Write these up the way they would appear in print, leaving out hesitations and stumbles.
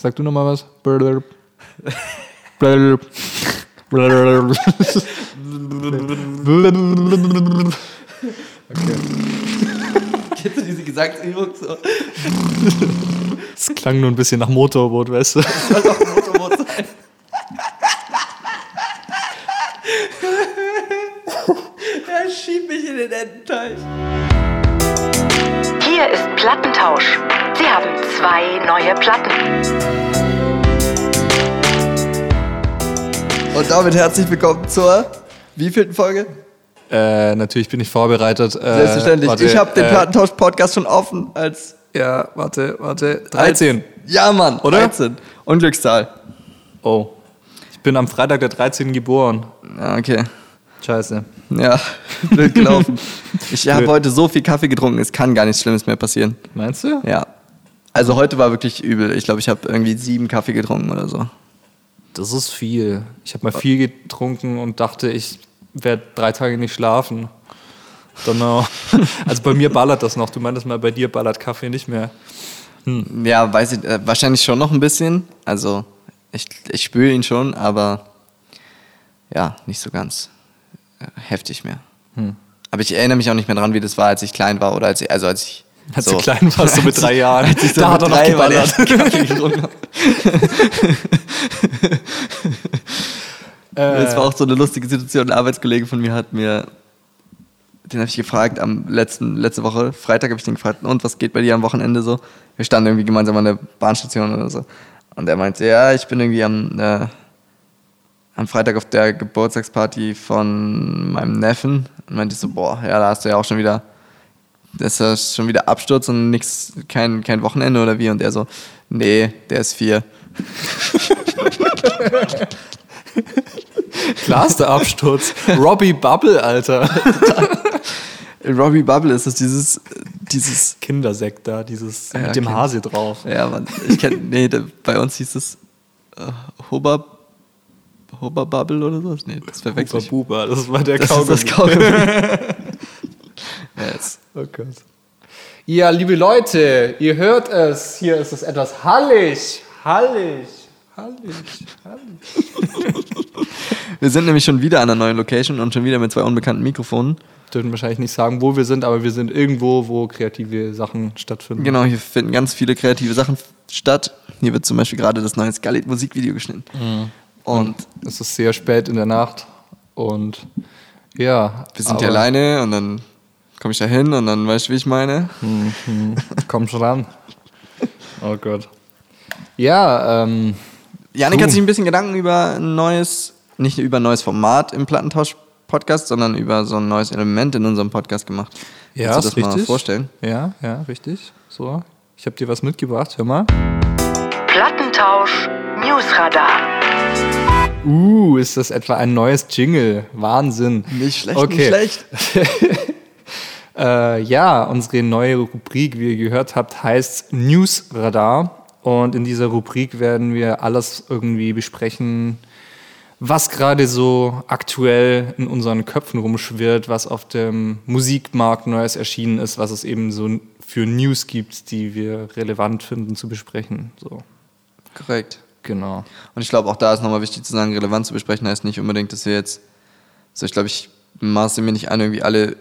Sag du nochmal was. Okay. Kennst du diese Gesangsübung so? Es klang nur ein bisschen nach Motorboot, weißt du? Das soll doch ein Motorboot sein. Er schiebt mich in den Ententeich. Hier ist Plattentausch. Sie haben 2 neue Platten. Und damit herzlich willkommen zur wievielten Folge? Natürlich bin ich vorbereitet. Selbstverständlich. Warte, ich habe den Plattentausch-Podcast schon offen als... Ja, warte. 13. Ja, Mann. Oder? 13. Unglückszahl. Oh. Ich bin am Freitag der 13. geboren. Ah, okay. Scheiße. Ja, blöd gelaufen. Ich habe heute so viel Kaffee getrunken, es kann gar nichts Schlimmes mehr passieren. Meinst du? Ja. Also heute war wirklich übel. Ich glaube, ich habe irgendwie 7 Kaffee getrunken oder so. Das ist viel. Ich habe mal viel getrunken und dachte, ich werde 3 Tage nicht schlafen. Dann also bei mir ballert das noch. Du meintest mal, bei dir ballert Kaffee nicht mehr. Ja, weiß ich, wahrscheinlich schon noch ein bisschen. Also ich spüre ihn schon, aber ja, nicht so ganz heftig mehr. Aber ich erinnere mich auch nicht mehr dran, wie das war, als ich klein war oder als ich Als so, du klein warst, so mit 3 Jahren. Als ich so da mit hat er noch 3 war, der geballert. Kaffee getrunken habe. Das war auch so eine lustige Situation. Ein Arbeitskollege von mir den habe ich gefragt letzte Woche, Freitag habe ich den gefragt, und was geht bei dir am Wochenende so? Wir standen irgendwie gemeinsam an der Bahnstation oder so. Und er meinte, ja, ich bin irgendwie am Freitag auf der Geburtstagsparty von meinem Neffen. Und meinte ich so, boah, ja, da hast du ja auch schon wieder, das ist schon wieder Absturz und kein Wochenende oder wie? Und er so, nee, der ist 4. Klar ist der Absturz. Robbie Bubble, Alter. In Robbie Bubble ist das dieses Kindersekt da, dieses Ja, mit dem Hase drauf. Ja, Mann, bei uns hieß es Hubba Bubble oder so. Nee, das verwechsel ich. Buba, das war der Das Kaugummi. ist das Kaugummi. Yes. Oh Gott. Ja, liebe Leute, ihr hört es. Hier ist es etwas hallig. Wir sind nämlich schon wieder an einer neuen Location und schon wieder mit 2 unbekannten Mikrofonen. Dürfen wahrscheinlich nicht sagen, wo wir sind, aber wir sind irgendwo, wo kreative Sachen stattfinden. Genau, hier finden ganz viele kreative Sachen statt. Hier wird zum Beispiel gerade das neue Scarlett-Musikvideo geschnitten. Und es ist sehr spät in der Nacht und ja. wir sind hier alleine und dann komme ich da hin und dann weißt du, wie ich meine. Komm schon ran. Oh Gott. Ja, Janik hat sich ein bisschen Gedanken über nicht über ein neues Format im Plattentausch-Podcast, sondern über so ein neues Element in unserem Podcast gemacht. ja, Kannst du ist das mal richtig. vorstellen? Ja, richtig. So, ich habe dir was mitgebracht, hör mal. Plattentausch Newsradar. Ist das etwa ein neues Jingle? Wahnsinn. Nicht schlecht, Okay. nicht schlecht. Ja, unsere neue Rubrik, wie ihr gehört habt, heißt Newsradar. Und in dieser Rubrik werden wir alles irgendwie besprechen, was gerade so aktuell in unseren Köpfen rumschwirrt, was auf dem Musikmarkt Neues erschienen ist, was es eben so für News gibt, die wir relevant finden zu besprechen. So, Korrekt. genau. Und ich glaube, auch da ist nochmal wichtig zu sagen, relevant zu besprechen heißt nicht unbedingt, dass wir jetzt, ich glaube, ich maße mir nicht an, irgendwie alle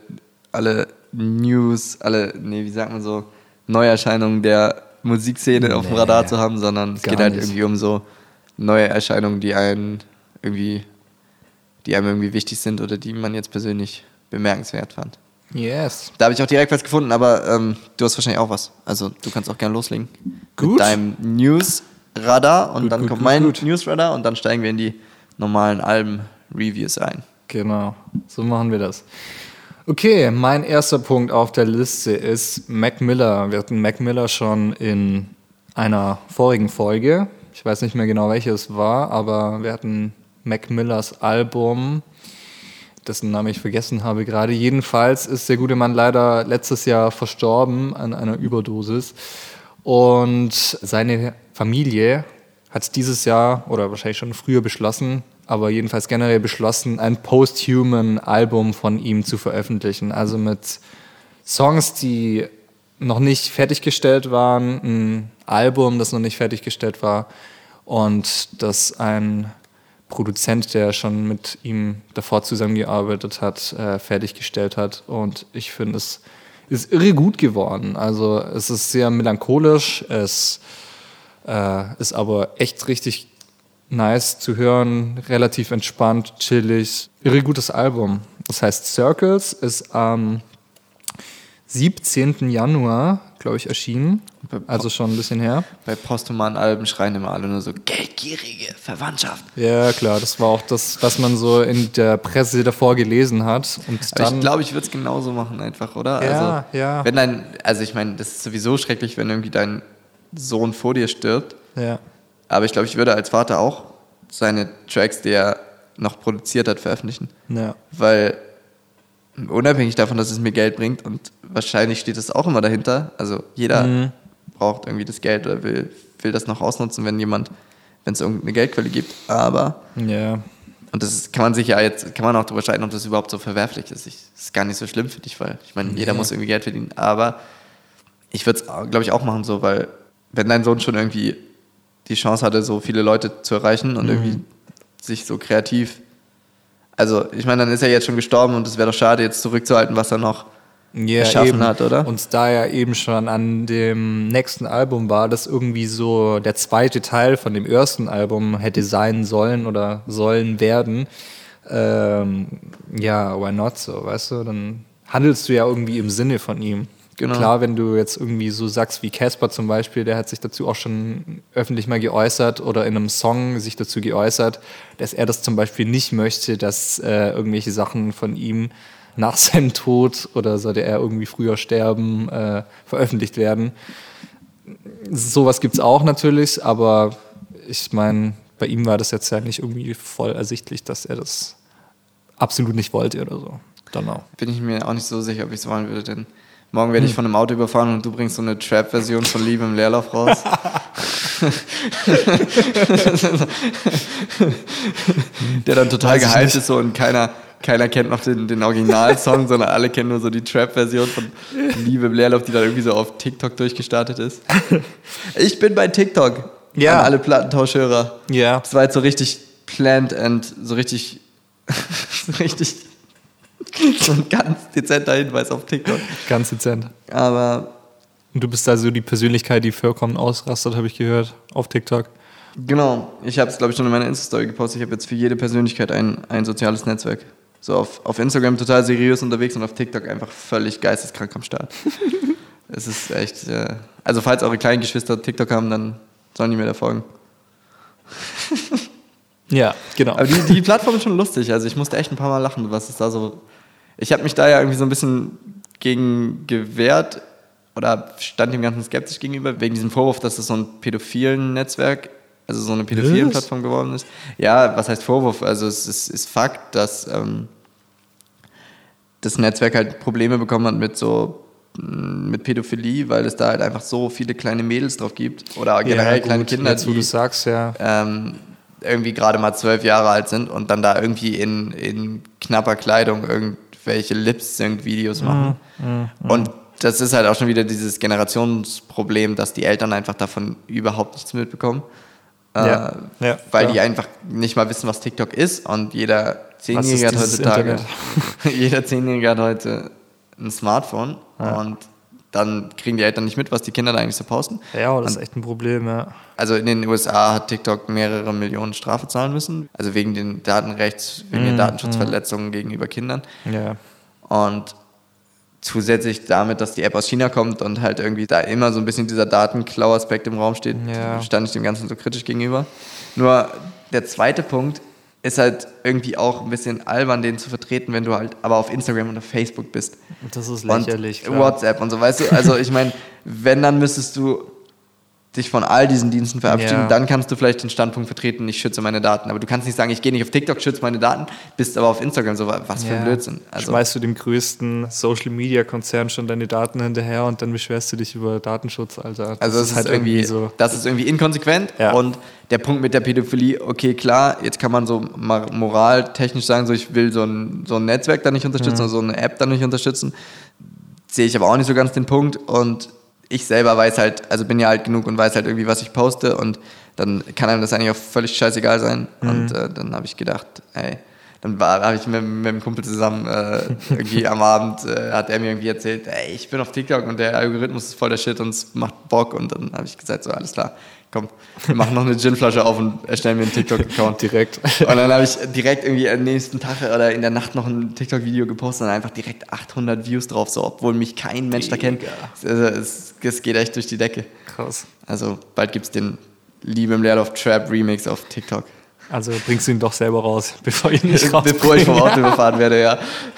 News, wie sagt man so, Neuerscheinungen der Musikszene auf dem Radar zu haben, sondern es gar geht halt nicht. irgendwie um so neue Erscheinungen, die einem irgendwie wichtig sind oder die man jetzt persönlich bemerkenswert fand. Yes. Da habe ich auch direkt was gefunden, aber du hast wahrscheinlich auch was. Also du kannst auch gerne loslegen. Gut. Mit deinem Newsradar und Gut, dann gut, kommt gut, mein gut. Newsradar und dann steigen wir in die normalen Alben-Reviews ein. Genau, so machen wir das. Okay, mein erster Punkt auf der Liste ist Mac Miller. Wir hatten Mac Miller schon in einer vorigen Folge. Ich weiß nicht mehr genau, welches war, aber wir hatten Mac Millers Album, dessen Namen ich vergessen habe gerade. Jedenfalls ist der gute Mann leider letztes Jahr verstorben an einer Überdosis. Und seine Familie hat dieses Jahr oder wahrscheinlich schon früher beschlossen, aber jedenfalls generell beschlossen, ein Posthuman-Album von ihm zu veröffentlichen. Also mit Songs, die noch nicht fertiggestellt waren, ein Album, das noch nicht fertiggestellt war und das ein Produzent, der schon mit ihm davor zusammengearbeitet hat, fertiggestellt hat. Und ich finde, es ist irre gut geworden. Also es ist sehr melancholisch, es ist aber echt richtig nice zu hören, relativ entspannt, chillig. Irre gutes Album. Das heißt Circles, ist am 17. Januar, glaube ich, erschienen. Also schon ein bisschen her. Bei posthumanen Alben schreien immer alle nur so geldgierige Verwandtschaft. Ja, klar, das war auch das, was man so in der Presse davor gelesen hat. Und Aber dann, ich glaube, ich würde es genauso machen einfach, oder? Ja, ja. Also ich meine, das ist sowieso schrecklich, wenn irgendwie dein Sohn vor dir stirbt. ja, Aber ich glaube, ich würde als Vater auch seine Tracks, die er noch produziert hat, veröffentlichen. ja, Weil unabhängig davon, dass es mir Geld bringt und wahrscheinlich steht es auch immer dahinter, also jeder braucht irgendwie das Geld oder will das noch ausnutzen, wenn es irgendeine Geldquelle gibt, aber ja. und kann man auch darüber streiten, ob das überhaupt so verwerflich ist. Das ist gar nicht so schlimm für dich, weil ich meine, jeder muss irgendwie Geld verdienen, aber ich würde es, glaube ich, auch machen so, weil wenn dein Sohn schon irgendwie die Chance hatte, so viele Leute zu erreichen und irgendwie sich so kreativ, also ich meine, dann ist er jetzt schon gestorben und es wäre doch schade, jetzt zurückzuhalten, was er noch geschaffen hat, oder? Und da ja eben schon an dem nächsten Album war, das irgendwie so der zweite Teil von dem ersten Album hätte sein sollen oder sollen werden, ja, why not so, weißt du? Dann handelst du ja irgendwie im Sinne von ihm. Genau. Klar, wenn du jetzt irgendwie so sagst wie Casper zum Beispiel, der hat sich dazu auch schon öffentlich mal geäußert oder in einem Song sich dazu geäußert, dass er das zum Beispiel nicht möchte, dass irgendwelche Sachen von ihm nach seinem Tod oder sollte er irgendwie früher sterben, veröffentlicht werden. Sowas gibt es auch natürlich, aber ich meine, bei ihm war das jetzt ja nicht irgendwie voll ersichtlich, dass er das absolut nicht wollte oder so. Don't know. Bin ich mir auch nicht so sicher, ob ich es wollen würde, denn morgen werde ich von einem Auto überfahren und du bringst so eine Trap-Version von Liebe im Leerlauf raus. Der dann total gehypt ist so und keiner kennt noch den Originalsong, sondern alle kennen nur so die Trap-Version von Liebe im Leerlauf, die dann irgendwie so auf TikTok durchgestartet ist. Ich bin bei TikTok. Ja. An alle Plattentauschhörer. Ja. Das war jetzt so richtig planned and so richtig so ein ganz dezenter Hinweis auf TikTok. Ganz dezent. Aber Und du bist also die Persönlichkeit, die vollkommen ausrastet, habe ich gehört, auf TikTok. genau, ich habe es, glaube ich, schon in meiner Insta-Story gepostet. Ich habe jetzt für jede Persönlichkeit ein soziales Netzwerk. So auf Instagram total seriös unterwegs und auf TikTok einfach völlig geisteskrank am Start. Es ist echt... also falls eure kleinen Geschwister TikTok haben, dann sollen die mir da folgen. Ja, genau. Aber die Plattform ist schon lustig. Also ich musste echt ein paar Mal lachen, was ist da so... Ich habe mich da ja irgendwie so ein bisschen gegen gewehrt oder stand dem Ganzen skeptisch gegenüber, wegen diesem Vorwurf, dass es so ein pädophilen Netzwerk, also so eine pädophilen Plattform geworden ist. Ja, was heißt Vorwurf? Also es ist Fakt, dass das Netzwerk halt Probleme bekommen hat mit Pädophilie, weil es da halt einfach so viele kleine Mädels drauf gibt oder generell kleine Kinder, jetzt, wo du sagst, ja. irgendwie gerade mal 12 Jahre alt sind und dann da irgendwie in knapper Kleidung irgendwelche Lip-Sync-Videos machen. Und das ist halt auch schon wieder dieses Generationsproblem, dass die Eltern einfach davon überhaupt nichts mitbekommen. Weil die einfach nicht mal wissen, was TikTok ist und jeder 10-Jährige hat heutzutage jeder 10-Jährige hat heute ein Smartphone und dann kriegen die Eltern nicht mit, was die Kinder da eigentlich so posten. Ja, das ist echt ein Problem, ja. Also in den USA hat TikTok mehrere Millionen Strafe zahlen müssen, also wegen den den Datenschutzverletzungen gegenüber Kindern. Ja. Und zusätzlich damit, dass die App aus China kommt und halt irgendwie da immer so ein bisschen dieser Datenklau-Aspekt im Raum steht, stand ich dem Ganzen so kritisch gegenüber. Nur der zweite Punkt ist halt irgendwie auch ein bisschen albern, den zu vertreten, wenn du halt aber auf Instagram und auf Facebook bist. Das ist lächerlich. Und WhatsApp und so, weißt du? Also ich meine, wenn, dann müsstest du dich von all diesen Diensten verabschieden, dann kannst du vielleicht den Standpunkt vertreten, ich schütze meine Daten. Aber du kannst nicht sagen, ich gehe nicht auf TikTok, schütze meine Daten, bist aber auf Instagram, so was für ein Blödsinn. Also, schmeißt du dem größten Social-Media-Konzern schon deine Daten hinterher und dann beschwerst du dich über Datenschutz, Alter. Also das ist halt irgendwie so. Das ist irgendwie inkonsequent. Ja. Und der Punkt mit der Pädophilie, okay, klar, jetzt kann man so moraltechnisch sagen, so ich will so ein Netzwerk da nicht unterstützen oder so eine App da nicht unterstützen. sehe ich aber auch nicht so ganz den Punkt und ich selber weiß halt, also bin ja alt genug und weiß halt irgendwie, was ich poste und dann kann einem das eigentlich auch völlig scheißegal sein. Und dann habe ich gedacht, ey, dann habe ich mit einem Kumpel zusammen irgendwie am Abend, hat er mir irgendwie erzählt, ey, ich bin auf TikTok und der Algorithmus ist voll der Shit und es macht Bock. Und dann habe ich gesagt, so alles klar, komm, wir machen noch eine Ginflasche auf und erstellen mir einen TikTok-Account. Direkt. Und dann habe ich direkt irgendwie am nächsten Tag oder in der Nacht noch ein TikTok-Video gepostet und einfach direkt 800 Views drauf, so, obwohl mich kein Mensch da kennt. Also, es geht echt durch die Decke. Krass. Also bald gibt es den Liebe im Leerlauf Trap Remix auf TikTok. Also bringst du ihn doch selber raus, bevor ich nicht raus. Bevor ich vom Auto überfahren werde, ja.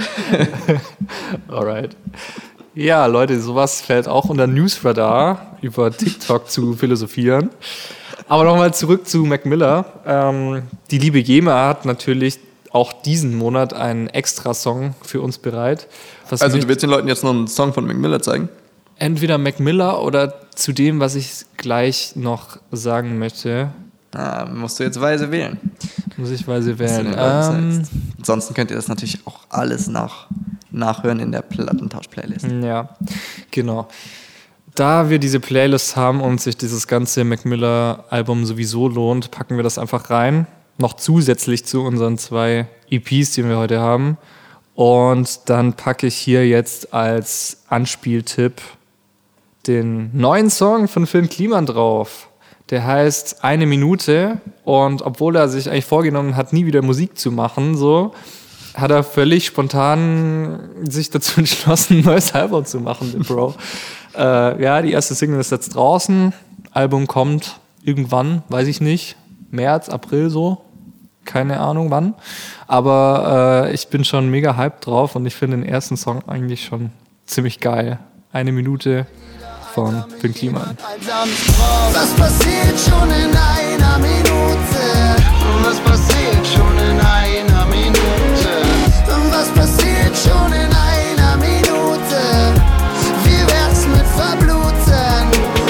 Alright. Ja, Leute, sowas fällt auch unter Newsradar, über TikTok zu philosophieren. Aber nochmal zurück zu Mac Miller. Die liebe Jema hat natürlich auch diesen Monat einen extra Song für uns bereit. Also du willst den Leuten jetzt noch einen Song von Mac Miller zeigen? Entweder Mac Miller oder zu dem, was ich gleich noch sagen möchte. Musst du jetzt weise wählen. Muss ich weise wählen. Ansonsten könnt ihr das natürlich auch alles nachhören in der Plattentausch-Playlist. Ja, genau. Da wir diese Playlist haben und sich dieses ganze Mac Miller-Album sowieso lohnt, packen wir das einfach rein. Noch zusätzlich zu unseren 2 EPs, die wir heute haben. Und dann packe ich hier jetzt als Anspieltipp den neuen Song von Finn Kliman drauf. Der heißt 1 Minute und obwohl er sich eigentlich vorgenommen hat, nie wieder Musik zu machen, so, hat er völlig spontan sich dazu entschlossen, ein neues Album zu machen, der Bro. Ja, die erste Single ist jetzt draußen, Album kommt irgendwann, weiß ich nicht, März, April so, keine Ahnung wann, aber ich bin schon mega hyped drauf und ich finde den ersten Song eigentlich schon ziemlich geil. 1 Minute von Finn Kliman. Was passiert schon in einer Minute? Was passiert schon in einer Minute? Was passiert schon in einer Minute? Wie wär's mit Verbluten?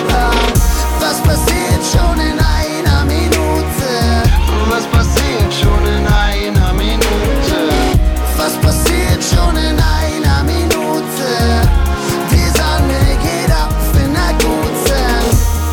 Was passiert schon in einer Minute? Was passiert schon in einer Minute? Was passiert schon in einer Minute? Die Sonne geht auf in der Guten.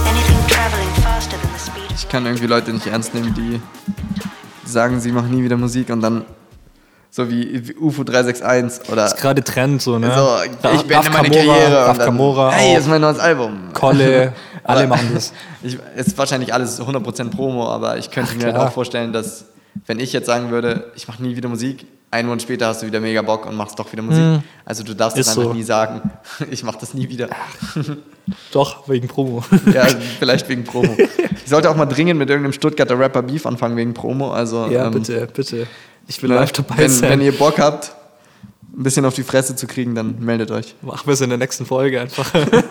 Ich kann irgendwie Leute nicht ernst nehmen, die sagen, sie machen nie wieder Musik und dann so wie UFO 361 oder Das ist gerade Trend so, ne? so, ich beende meine Karriere und dann, hey, auch. ist mein neues Album. Kolle, alle machen das. Ist wahrscheinlich alles 100% Promo, aber ich könnte mir halt klar. auch vorstellen, dass wenn ich jetzt sagen würde, ich mache nie wieder Musik, 1 Monat später hast du wieder mega Bock und machst doch wieder Musik. Also du darfst es Ist einfach so. nie sagen, ich mache das nie wieder. Doch, wegen Promo. Ja, vielleicht wegen Promo. Ich sollte auch mal dringend mit irgendeinem Stuttgarter Rapper Beef anfangen wegen Promo. Also, Ja, bitte, bitte. Ich will ne, live dabei sein. wenn ihr Bock habt, ein bisschen auf die Fresse zu kriegen, dann meldet euch. Machen wir es in der nächsten Folge einfach.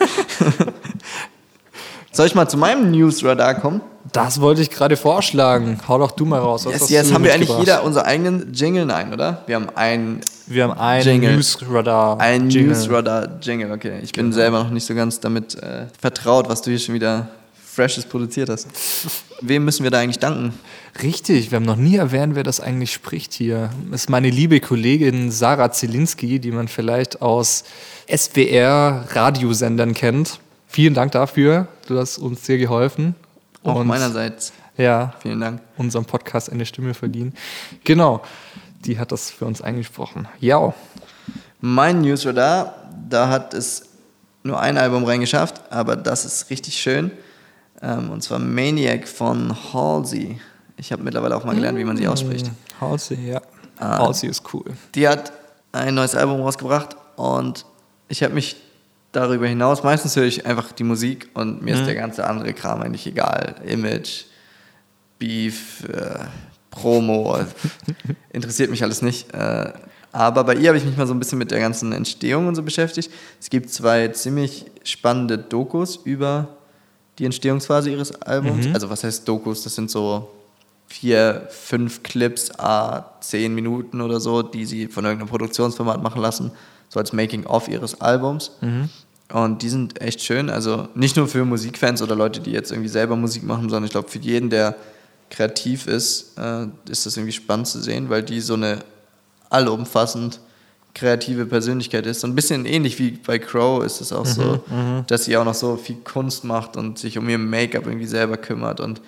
Soll ich mal zu meinem Newsradar kommen? Das wollte ich gerade vorschlagen. Hau doch du mal raus. Was hast Jetzt du haben wir eigentlich mitgebracht? jeder unseren eigenen Jingle, nein, oder? Wir haben einen Jingle. Newsradar. Ein Newsradar-Jingle, okay. Ich bin selber noch nicht so ganz damit vertraut, was du hier schon wieder Freshes produziert hast. Wem müssen wir da eigentlich danken? Richtig, wir haben noch nie erwähnt, wer das eigentlich spricht hier. Das ist meine liebe Kollegin Sarah Zielinski, die man vielleicht aus SWR-Radiosendern kennt. Vielen Dank dafür, du hast uns sehr geholfen. Auch Und meinerseits. ja, Vielen Dank. unserem Podcast eine Stimme verliehen. Genau, die hat das für uns eingesprochen. Ja, Mein Newsradar, da hat es nur ein Album reingeschafft, aber das ist richtig schön. Und zwar Maniac von Halsey. Ich habe mittlerweile auch mal gelernt, wie man sie ausspricht. Halsey, ja. Halsey ist cool. Die hat ein neues Album rausgebracht und ich habe mich darüber hinaus, meistens höre ich einfach die Musik und mir ist der ganze andere Kram eigentlich egal. Image, Beef, Promo, interessiert mich alles nicht. Aber bei ihr habe ich mich mal so ein bisschen mit der ganzen Entstehung und so beschäftigt. Es gibt 2 ziemlich spannende Dokus über die Entstehungsphase ihres Albums. Also was heißt Dokus? Das sind so 4, 5 Clips, 10 Minuten oder so, die sie von irgendeinem Produktionsfirma hat machen lassen, so als Making-of ihres Albums. Und die sind echt schön, also nicht nur für Musikfans oder Leute, die jetzt irgendwie selber Musik machen, sondern ich glaube für jeden, der kreativ ist, ist das irgendwie spannend zu sehen, weil die so eine allumfassend kreative Persönlichkeit ist. So ein bisschen ähnlich wie bei Crow ist es auch so, dass sie auch noch so viel Kunst macht und sich um ihr Make-up irgendwie selber kümmert und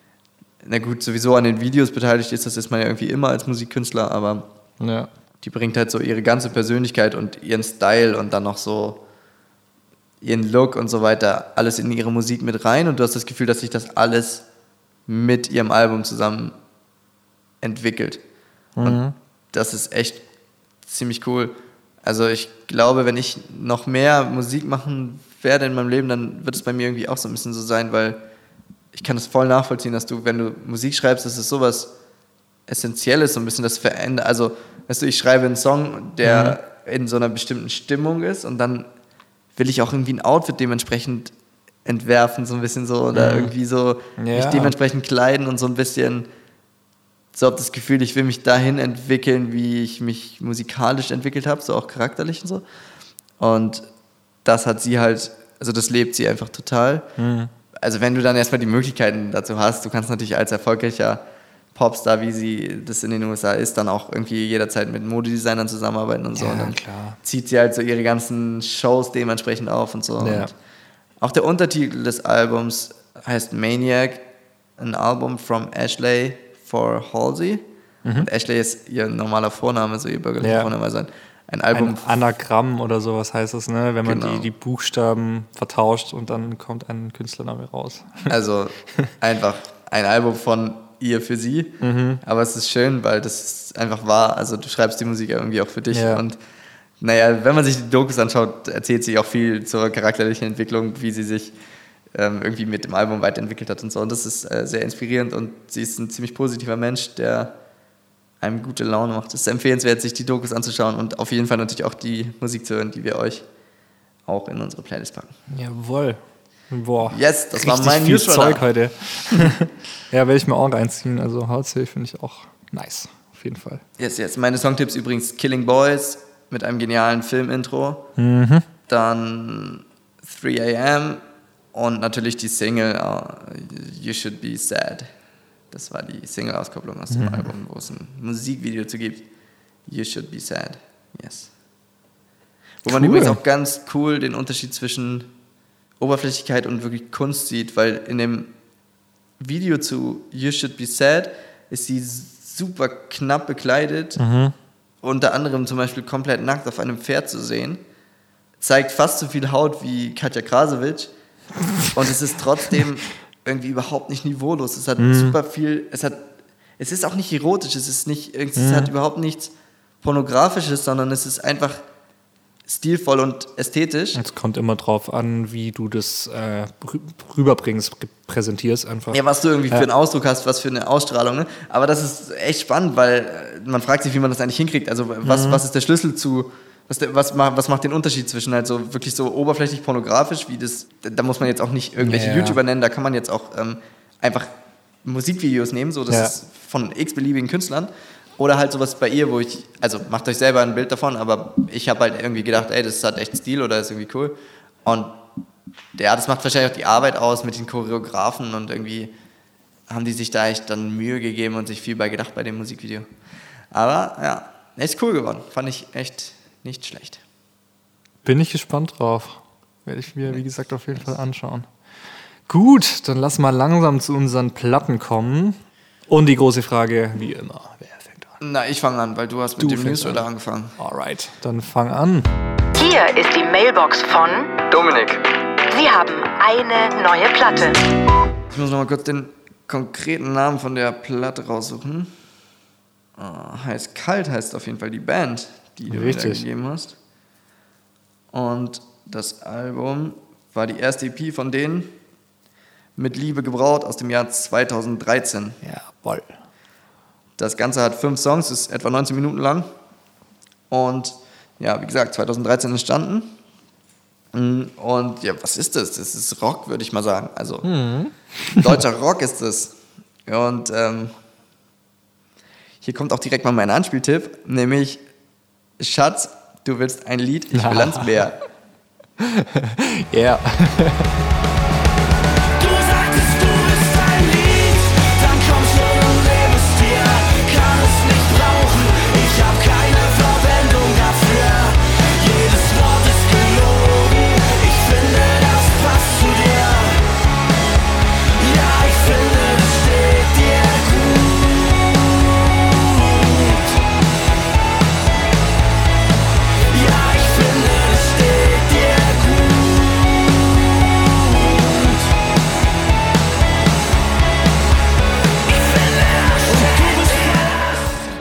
na gut, sowieso an den Videos beteiligt ist, das ist man ja irgendwie immer als Musikkünstler, aber die bringt halt so ihre ganze Persönlichkeit und ihren Style und dann noch so ihren Look und so weiter, alles in ihre Musik mit rein und du hast das Gefühl, dass sich das alles mit ihrem Album zusammen entwickelt. Und das ist echt ziemlich cool. Also ich glaube, wenn ich noch mehr Musik machen werde in meinem Leben, dann wird es bei mir irgendwie auch so ein bisschen so sein, weil ich kann das voll nachvollziehen, dass du, wenn du Musik schreibst, das ist sowas Essentielles, so ein bisschen das verändert. Also, weißt du, ich schreibe einen Song, der in so einer bestimmten Stimmung ist und dann will ich auch irgendwie ein Outfit dementsprechend entwerfen, so ein bisschen so, oder irgendwie so mich dementsprechend kleiden und so ein bisschen so habe das Gefühl, ich will mich dahin entwickeln, wie ich mich musikalisch entwickelt habe, so auch charakterlich und so. Und das hat sie halt, also das lebt sie einfach total. Also wenn du dann erstmal die Möglichkeiten dazu hast, du kannst natürlich als erfolgreicher Popstar, wie sie das in den USA ist, dann auch irgendwie jederzeit mit Modedesignern zusammenarbeiten und so. Ja, und dann klar. zieht sie halt so ihre ganzen Shows dementsprechend auf und so. Ja. Und auch der Untertitel des Albums heißt Maniac, ein Album from Ashley for Halsey. Und Ashley ist ihr normaler Vorname, so ihr bürgerlicher Vorname. Also ein Album. Ein Anagramm oder sowas heißt es, ne? Wenn man Genau. die Buchstaben vertauscht und dann kommt ein Künstlername raus. Also einfach ein Album von ihr für sie. Aber es ist schön, weil das ist einfach wahr. Also du schreibst die Musik irgendwie auch für dich. Ja. Und naja, wenn man sich die Dokus anschaut, erzählt sie auch viel zur charakterlichen Entwicklung, wie sie sich irgendwie mit dem Album weiterentwickelt hat und so. Und das ist sehr inspirierend und sie ist ein ziemlich positiver Mensch, der einem gute Laune macht. Es ist empfehlenswert, sich die Dokus anzuschauen und auf jeden Fall natürlich auch die Musik zu hören, die wir euch auch in unsere Playlist packen. Jawohl. Boah. Yes, das war Richtig mein viel Newsradar. Zeug heute. Ja, werde ich mir auch reinziehen. Also Halsey finde ich auch nice. Auf jeden Fall. Yes. Meine Songtipps übrigens Killing Boys mit einem genialen Filmintro. Dann 3 AM und natürlich die Single You Should Be Sad. Das war die Single-Auskopplung aus dem Album, wo es ein Musikvideo zu gibt. You Should Be Sad. Yes. Wo man übrigens auch ganz cool den Unterschied zwischen Oberflächlichkeit und wirklich Kunst sieht, weil in dem Video zu You Should Be Sad ist sie super knapp bekleidet, unter anderem zum Beispiel komplett nackt auf einem Pferd zu sehen, zeigt fast so viel Haut wie Katja Krasowitsch und es ist trotzdem irgendwie überhaupt nicht niveaulos. Es hat super viel, es ist auch nicht erotisch, es hat überhaupt nichts Pornografisches, sondern es ist einfach stilvoll und ästhetisch. Es kommt immer drauf an, wie du das rüberbringst, präsentierst einfach. Ja, was du irgendwie für einen Ausdruck hast, was für eine Ausstrahlung. Ne? Aber das ist echt spannend, weil man fragt sich, wie man das eigentlich hinkriegt. Also was ist der Schlüssel zu, was macht den Unterschied zwischen halt so wirklich so oberflächlich pornografisch, wie das, da muss man jetzt auch nicht irgendwelche YouTuber nennen, da kann man jetzt auch einfach Musikvideos nehmen, so das ist von x-beliebigen Künstlern. Oder halt sowas bei ihr, also macht euch selber ein Bild davon, aber ich habe halt irgendwie gedacht, ey, das hat echt Stil oder ist irgendwie cool. Und ja, das macht wahrscheinlich auch die Arbeit aus mit den Choreografen und irgendwie haben die sich da echt dann Mühe gegeben und sich viel bei gedacht bei dem Musikvideo. Aber ja, echt cool geworden. Fand ich echt nicht schlecht. Bin ich gespannt drauf. Werde ich mir, wie gesagt, auf jeden Fall anschauen. Gut, dann lass mal langsam zu unseren Platten kommen. Und die große Frage, wie immer, wer fängt an? Na, ich fange an, weil du hast mit dem Newsletter angefangen. Alright, dann fang an. Hier ist die Mailbox von Dominik. Sie haben eine neue Platte. Ich muss noch mal kurz den konkreten Namen von der Platte raussuchen. Heißt Kalt heißt auf jeden Fall die Band, die du mir da gegeben hast. Und das Album war die erste EP von denen, mit Liebe gebraut, aus dem Jahr 2013. Jawohl. Das Ganze hat 5 Songs, ist etwa 19 Minuten lang. Und ja, wie gesagt, 2013 entstanden. Und ja, was ist das? Das ist Rock, würde ich mal sagen. Also, deutscher Rock ist das. Und hier kommt auch direkt mal mein Anspieltipp, nämlich Schatz, du willst ein Lied, ich will ans Meer. Ja. Kann es nicht brauchen, ich hab keine Verwendung dafür.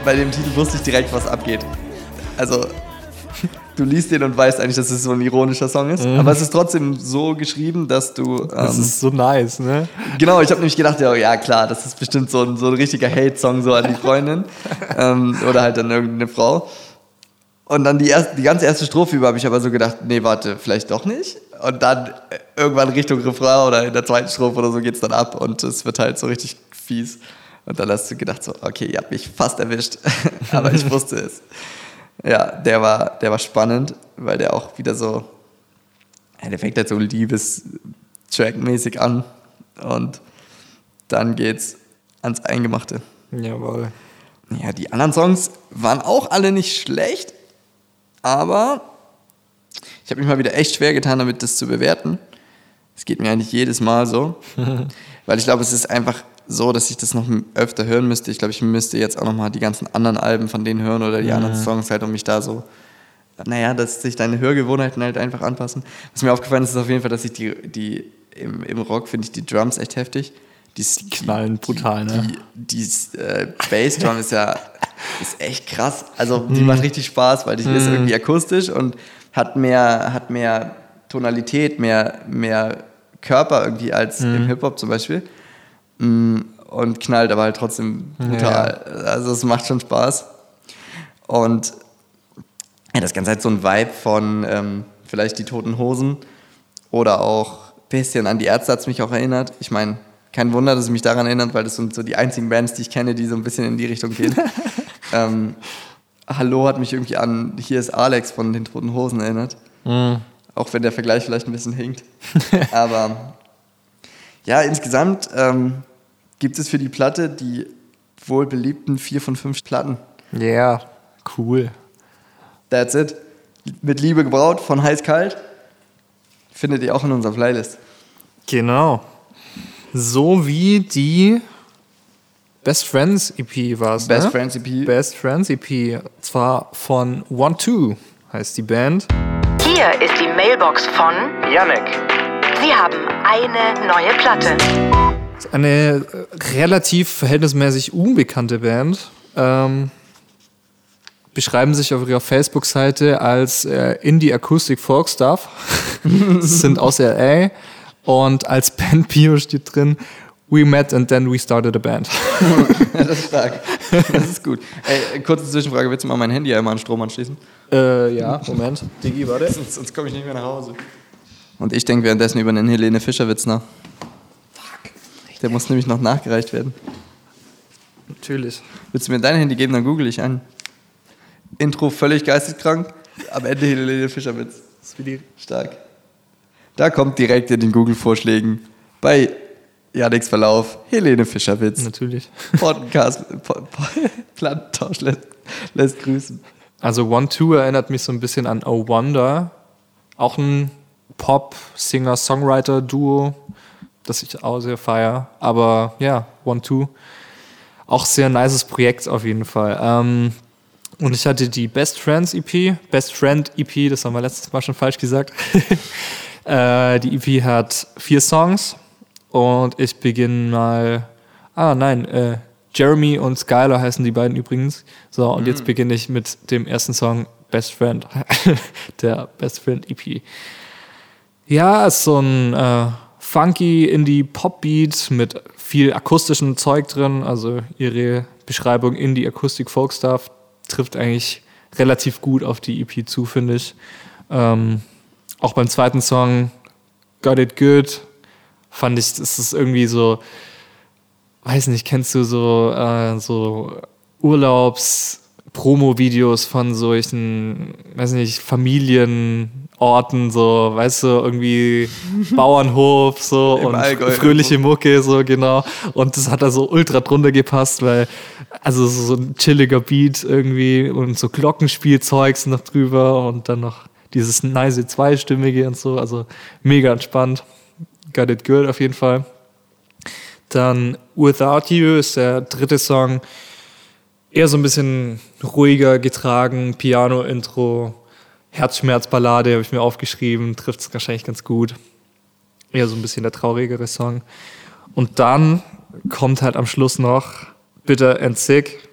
bei dem Titel wusste ich direkt, was abgeht. Also, du liest den und weißt eigentlich, dass es so ein ironischer Song ist. Aber es ist trotzdem so geschrieben, dass du... Das ist so nice, ne? Genau, ich habe nämlich gedacht, ja klar, das ist bestimmt so ein richtiger Hate-Song so an die Freundin. Oder halt an irgendeine Frau. Und dann die ganze erste Strophe über habe ich aber so gedacht, nee, warte, vielleicht doch nicht. Und dann irgendwann Richtung Refrain oder in der zweiten Strophe oder so geht's dann ab und es wird halt so richtig fies. Und dann hast du gedacht so, okay, ihr habt mich fast erwischt, aber ich wusste es. Ja, der war spannend, weil der auch wieder so, der fängt halt so Liebes-Track-mäßig an und dann geht's ans Eingemachte. Jawohl. Ja, die anderen Songs waren auch alle nicht schlecht, aber ich habe mich mal wieder echt schwer getan, damit das zu bewerten. Es geht mir eigentlich jedes Mal so, weil ich glaube, es ist einfach so, dass ich das noch öfter hören müsste. Ich glaube, ich müsste jetzt auch nochmal die ganzen anderen Alben von denen hören oder die anderen Songs halt, um mich da so, dass sich deine Hörgewohnheiten halt einfach anpassen. Was mir aufgefallen ist, ist auf jeden Fall, dass ich im Rock finde ich die Drums echt heftig. Die knallen brutal, ne? Die Bassdrum ist echt krass. Also die macht richtig Spaß, weil die ist irgendwie akustisch und hat mehr Tonalität, mehr Körper irgendwie als im Hip-Hop zum Beispiel. Und knallt aber halt trotzdem brutal. Ja. Also es macht schon Spaß. Und das Ganze hat so ein Vibe von vielleicht die Toten Hosen oder auch ein bisschen an die Ärzte hat es mich auch erinnert. Ich meine, kein Wunder, dass es mich daran erinnert, weil das sind so die einzigen Bands, die ich kenne, die so ein bisschen in die Richtung gehen. Hallo hat mich irgendwie an Hier ist Alex von den Toten Hosen erinnert. Auch wenn der Vergleich vielleicht ein bisschen hinkt. Aber ja, insgesamt gibt es für die Platte die wohl beliebten 4 von 5 Platten. Ja, yeah, cool. That's it. Mit Liebe gebraut von Heiß Kalt. Findet ihr auch in unserer Playlist. Genau. So wie die Best Friends EP war es, Best Friends EP. Best Friends EP. Zwar von 1-2 heißt die Band. Hier ist die Mailbox von Yannick. Sie haben eine neue Platte. Eine relativ verhältnismäßig unbekannte Band. Beschreiben sich auf ihrer Facebook-Seite als Indie Acoustic Folk Stuff. Sind aus LA. Und als Bandbio steht drin: We met and then we started a band. Das ist stark. Das ist gut. Ey, kurze Zwischenfrage: Willst du mal mein Handy einmal an Strom anschließen? Ja, Moment. Digi, warte. Sonst komme ich nicht mehr nach Hause. Und ich denke währenddessen über einen Helene Fischer-Witz nach. Fuck. Der muss nämlich noch nachgereicht werden. Natürlich. Willst du mir dein Handy geben, dann google ich an. Intro völlig geisteskrank, am Ende Helene Fischer-Witz. Das ist wie die stark. Da kommt direkt in den Google-Vorschlägen bei Yannicks Verlauf Helene Fischer-Witz. Natürlich. Plattentausch lässt grüßen. Also 1-2 erinnert mich so ein bisschen an Oh Wonder. Auch ein Pop-Singer-Songwriter-Duo, das ich auch sehr feiere. Aber ja, 1-2. Auch sehr nices Projekt auf jeden Fall. Und ich hatte die Best Friends EP, Best Friend EP, das haben wir letztes Mal schon falsch gesagt. Die EP hat 4 Songs und ich beginne mal. Jeremy und Skylar heißen die beiden übrigens. So, und jetzt beginne ich mit dem ersten Song Best Friend, der Best Friend EP. Ja, ist so ein funky Indie-Pop-Beat mit viel akustischem Zeug drin. Also ihre Beschreibung Indie-Akustik-Folk-Stuff trifft eigentlich relativ gut auf die EP zu, finde ich. Auch beim zweiten Song Got It Good fand ich, das ist irgendwie so, weiß nicht, kennst du so Urlaubs-Promo-Videos von solchen, weiß nicht, Familienorten, so, weißt du, irgendwie Bauernhof, so und fröhliche Mucke, so, genau. Und das hat da so ultra drunter gepasst, weil, also so ein chilliger Beat irgendwie und so Glockenspielzeugs noch drüber und dann noch dieses nice zweistimmige und so, also mega entspannt. Got It Good auf jeden Fall. Dann Without You ist der dritte Song. Eher so ein bisschen ruhiger getragen, Piano-Intro, Herzschmerzballade habe ich mir aufgeschrieben, trifft es wahrscheinlich ganz gut. Eher so ein bisschen der traurigere Song. Und dann kommt halt am Schluss noch Bitter and Sick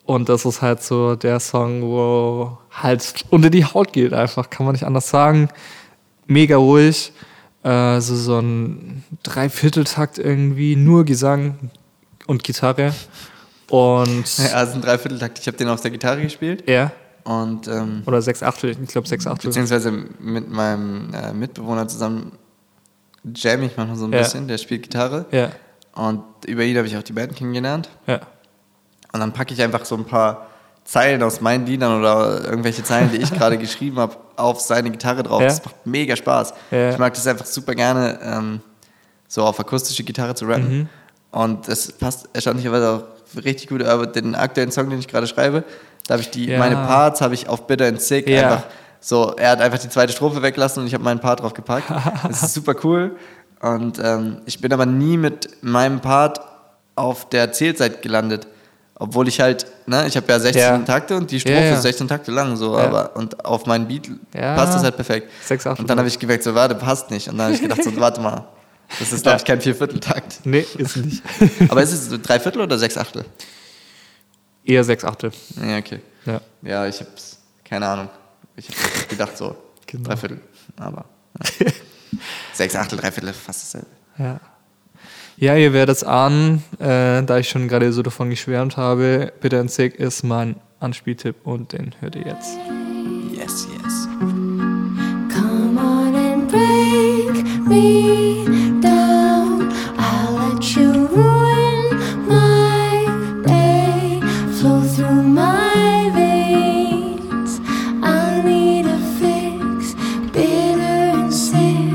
Und das ist halt so der Song, wo halt unter die Haut geht einfach, kann man nicht anders sagen. Mega ruhig, so ein Dreivierteltakt irgendwie, nur Gesang und Gitarre. Und Ja, also ein Dreivierteltakt. Ich habe den auf der Gitarre gespielt. ja, Und oder 6/8, ich glaube 6/8. beziehungsweise mit meinem Mitbewohner zusammen jam ich manchmal so ein Ja. bisschen. Der spielt Gitarre. Ja, Und über ihn habe ich auch die Band kennengelernt. ja. Und dann packe ich einfach so ein paar Zeilen aus meinen Liedern oder irgendwelche Zeilen, die ich gerade geschrieben habe, auf seine Gitarre drauf. Ja. Das macht mega Spaß. Ja. Ich mag das einfach super gerne, so auf akustische Gitarre zu rappen. Und es passt erstaunlicherweise auch richtig gut. Aber den aktuellen Song, den ich gerade schreibe, da habe ich Ja. meine Parts habe ich auf Bitter and Sick Ja. einfach so, er hat einfach die zweite Strophe weggelassen und ich habe meinen Part drauf gepackt. Das ist super cool. Und ich bin aber nie mit meinem Part auf der Zählzeit gelandet. Obwohl ich halt, ne, ich habe ja 16 Ja. Takte und die Strophe Ja, ja. ist 16 Takte lang, so, Ja. aber und auf meinen Beat Ja. passt das halt perfekt. 6/8. Und dann habe ich gemerkt, so, warte, passt nicht. Und dann habe ich gedacht, so, warte mal, das ist, glaube ich, kein Viervierteltakt. Nee, ist nicht. Aber ist es so Dreiviertel oder 6/8? Eher 6/8. Ja, okay. Ja. Ja, ich hab's, keine Ahnung. Ich hab gedacht, so, Genau. Dreiviertel. Aber ja. 6/8, Dreiviertel, fast dasselbe. Ja. Ja, ihr werdet es ahnen, da ich schon gerade so davon geschwärmt habe, Bitter and Sick ist mein Anspieltipp und den hört ihr jetzt. Yes, yes. Come on and break me down. I'll let you ruin my day, flow through my veins. I need a fix, bitter and sick.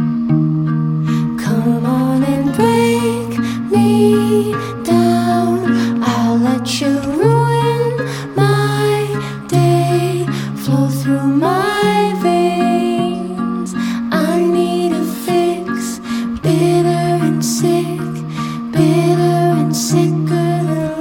Come on and break me down. I'll let you ruin my day, flow through my veins. I need a fix, bitter and sick, sicker than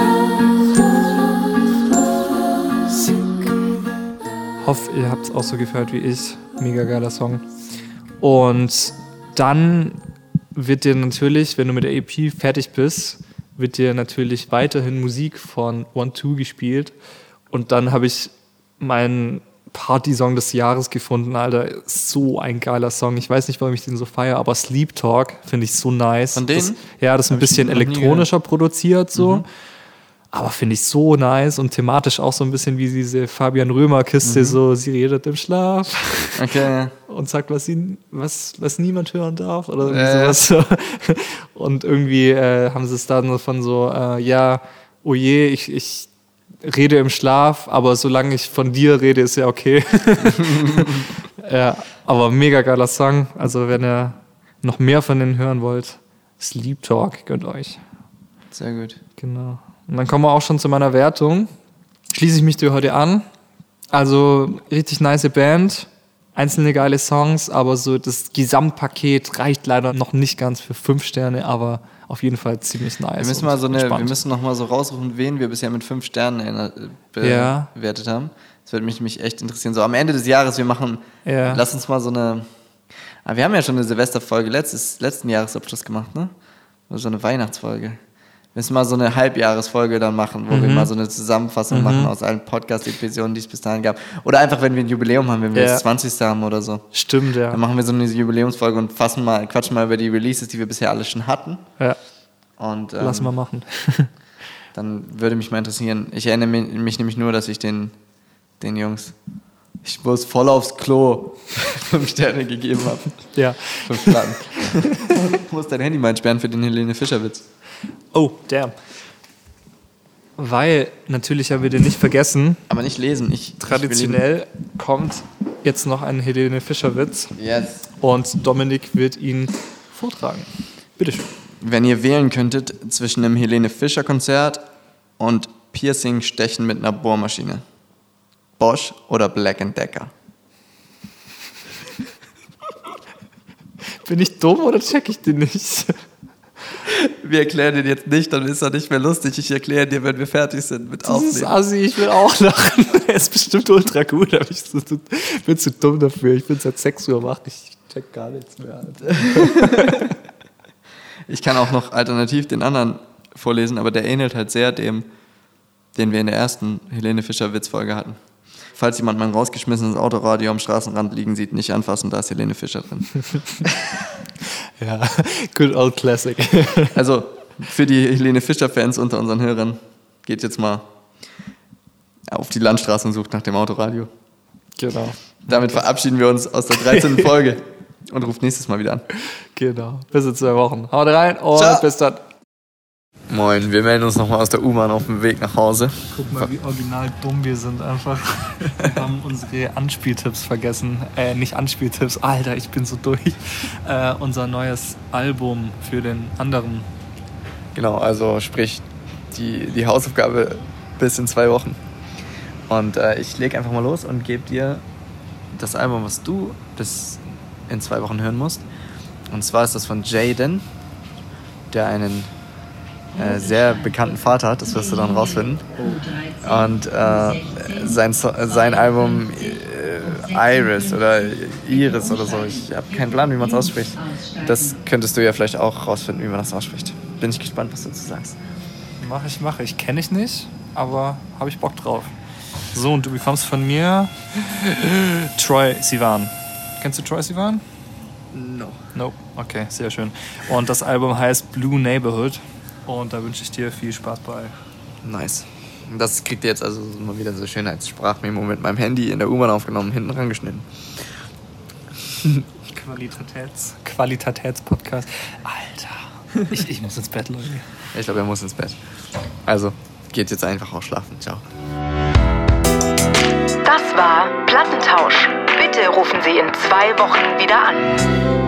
love, sicker than Hoffe, ihr habt es auch so gefällt wie ich. Mega geiler Song. Und dann wird dir natürlich, wenn du mit der EP fertig bist, wird dir natürlich weiterhin Musik von 1-2 gespielt. Und dann habe ich meinen Party-Song des Jahres gefunden, Alter. So ein geiler Song. Ich weiß nicht, warum ich den so feiere, aber Sleep Talk finde ich so nice. Von denen? Das, ja, das ist ein bisschen noch nie elektronischer produziert so. Aber finde ich so nice und thematisch auch so ein bisschen wie diese Fabian Römer-Kiste, so sie redet im Schlaf Okay, und sagt, was niemand hören darf oder irgendwie Ja. sowas. Und irgendwie haben sie es dann von so, ja, oh je, ich rede im Schlaf, aber solange ich von dir rede, ist ja okay. Ja, aber mega geiler Song. Also wenn ihr noch mehr von denen hören wollt, Sleep Talk, gönnt euch. sehr gut. Genau. Und dann kommen wir auch schon zu meiner Wertung. Schließe ich mich dir heute an. Also richtig nice Band, einzelne geile Songs, aber so das Gesamtpaket reicht leider noch nicht ganz für 5 Sterne, aber auf jeden Fall ziemlich nice. Wir müssen noch mal so raussuchen, wen wir bisher mit 5 Sternen Ja. bewertet haben. Das würde mich nämlich echt interessieren. So am Ende des Jahres, Ja. lass uns mal so eine, wir haben ja schon eine Silvesterfolge letzten Jahresabschluss gemacht, ne? Oder so eine Weihnachtsfolge. Wir müssen mal so eine Halbjahresfolge dann machen, wo wir mal so eine Zusammenfassung machen aus allen Podcast-Episoden, die es bis dahin gab. Oder einfach, wenn wir ein Jubiläum haben, wenn wir Ja. das 20. haben oder so. Stimmt, ja. Dann machen wir so eine Jubiläumsfolge und quatschen mal über die Releases, die wir bisher alle schon hatten. Ja, Und lass mal machen. dann würde mich mal interessieren. Ich erinnere mich nämlich nur, dass ich den Jungs, ich muss voll aufs Klo 5 Sterne gegeben habe. Ja. 5 Platten. Du musst dein Handy mal entsperren für den Helene Fischer-Witz. Oh, damn. Weil, natürlich haben wir den nicht vergessen, Aber nicht lesen. traditionell kommt jetzt noch ein Helene Fischer-Witz Yes. und Dominik wird ihn vortragen. Bitteschön. Wenn ihr wählen könntet zwischen einem Helene Fischer-Konzert und Piercing-Stechen mit einer Bohrmaschine. Bosch oder Black & Decker? Bin ich dumm oder check ich den nicht? Wir erklären den jetzt nicht, dann ist er nicht mehr lustig. Ich erkläre dir, wenn wir fertig sind mit Das ist Aufnehmen. assi, ich will auch lachen. Er ist bestimmt ultra gut, aber ich bin zu dumm dafür. Ich bin seit 6 Uhr wach, ich check gar nichts mehr. Alter. Ich kann auch noch alternativ den anderen vorlesen, aber der ähnelt halt sehr dem den wir in der ersten Helene Fischer-Witz-Folge hatten. Falls jemand mein rausgeschmissenes Autoradio am Straßenrand liegen sieht, nicht anfassen, da ist Helene Fischer drin. Ja, good old classic. Also für die Helene Fischer-Fans unter unseren Hörern, geht jetzt mal auf die Landstraße und sucht nach dem Autoradio. Genau. Damit verabschieden wir uns aus der 13. Folge und ruft nächstes Mal wieder an. Genau. Bis in 2 Wochen. Haut rein und Ciao. bis dann. Moin, wir melden uns nochmal aus der U-Bahn auf dem Weg nach Hause. Guck mal, wie original dumm wir sind einfach. Wir haben unsere Anspieltipps vergessen. Nicht Anspieltipps, Alter, ich bin so durch. Unser neues Album für den anderen. Genau, also sprich die Hausaufgabe bis in 2 Wochen. Und ich lege einfach mal los und gebe dir das Album, was du bis in 2 Wochen hören musst. Und zwar ist das von Jaden, der einen sehr bekannten Vater hat, das wirst du dann rausfinden. Und sein Album Iris oder Iris oder so, ich habe keinen Plan, wie man es ausspricht. Das könntest du ja vielleicht auch rausfinden, wie man das ausspricht. Bin ich gespannt, was du dazu sagst. Mache ich. Kenne ich nicht, aber habe ich Bock drauf. So, und du bekommst von mir Troye Sivan. Kennst du Troye Sivan? No. Nope. Okay, sehr schön. Und das Album heißt Blue Neighborhood. Und da wünsche ich dir viel Spaß bei. Nice. Das kriegt ihr jetzt also mal wieder so schön als Sprachmemo mit meinem Handy in der U-Bahn aufgenommen, hinten rangeschnitten. Qualitätspodcast. Alter, ich muss ins Bett, Leute. Ich glaube, er muss ins Bett. Also, geht jetzt einfach auch schlafen. Ciao. Das war Plattentausch. Bitte rufen Sie in 2 Wochen wieder an.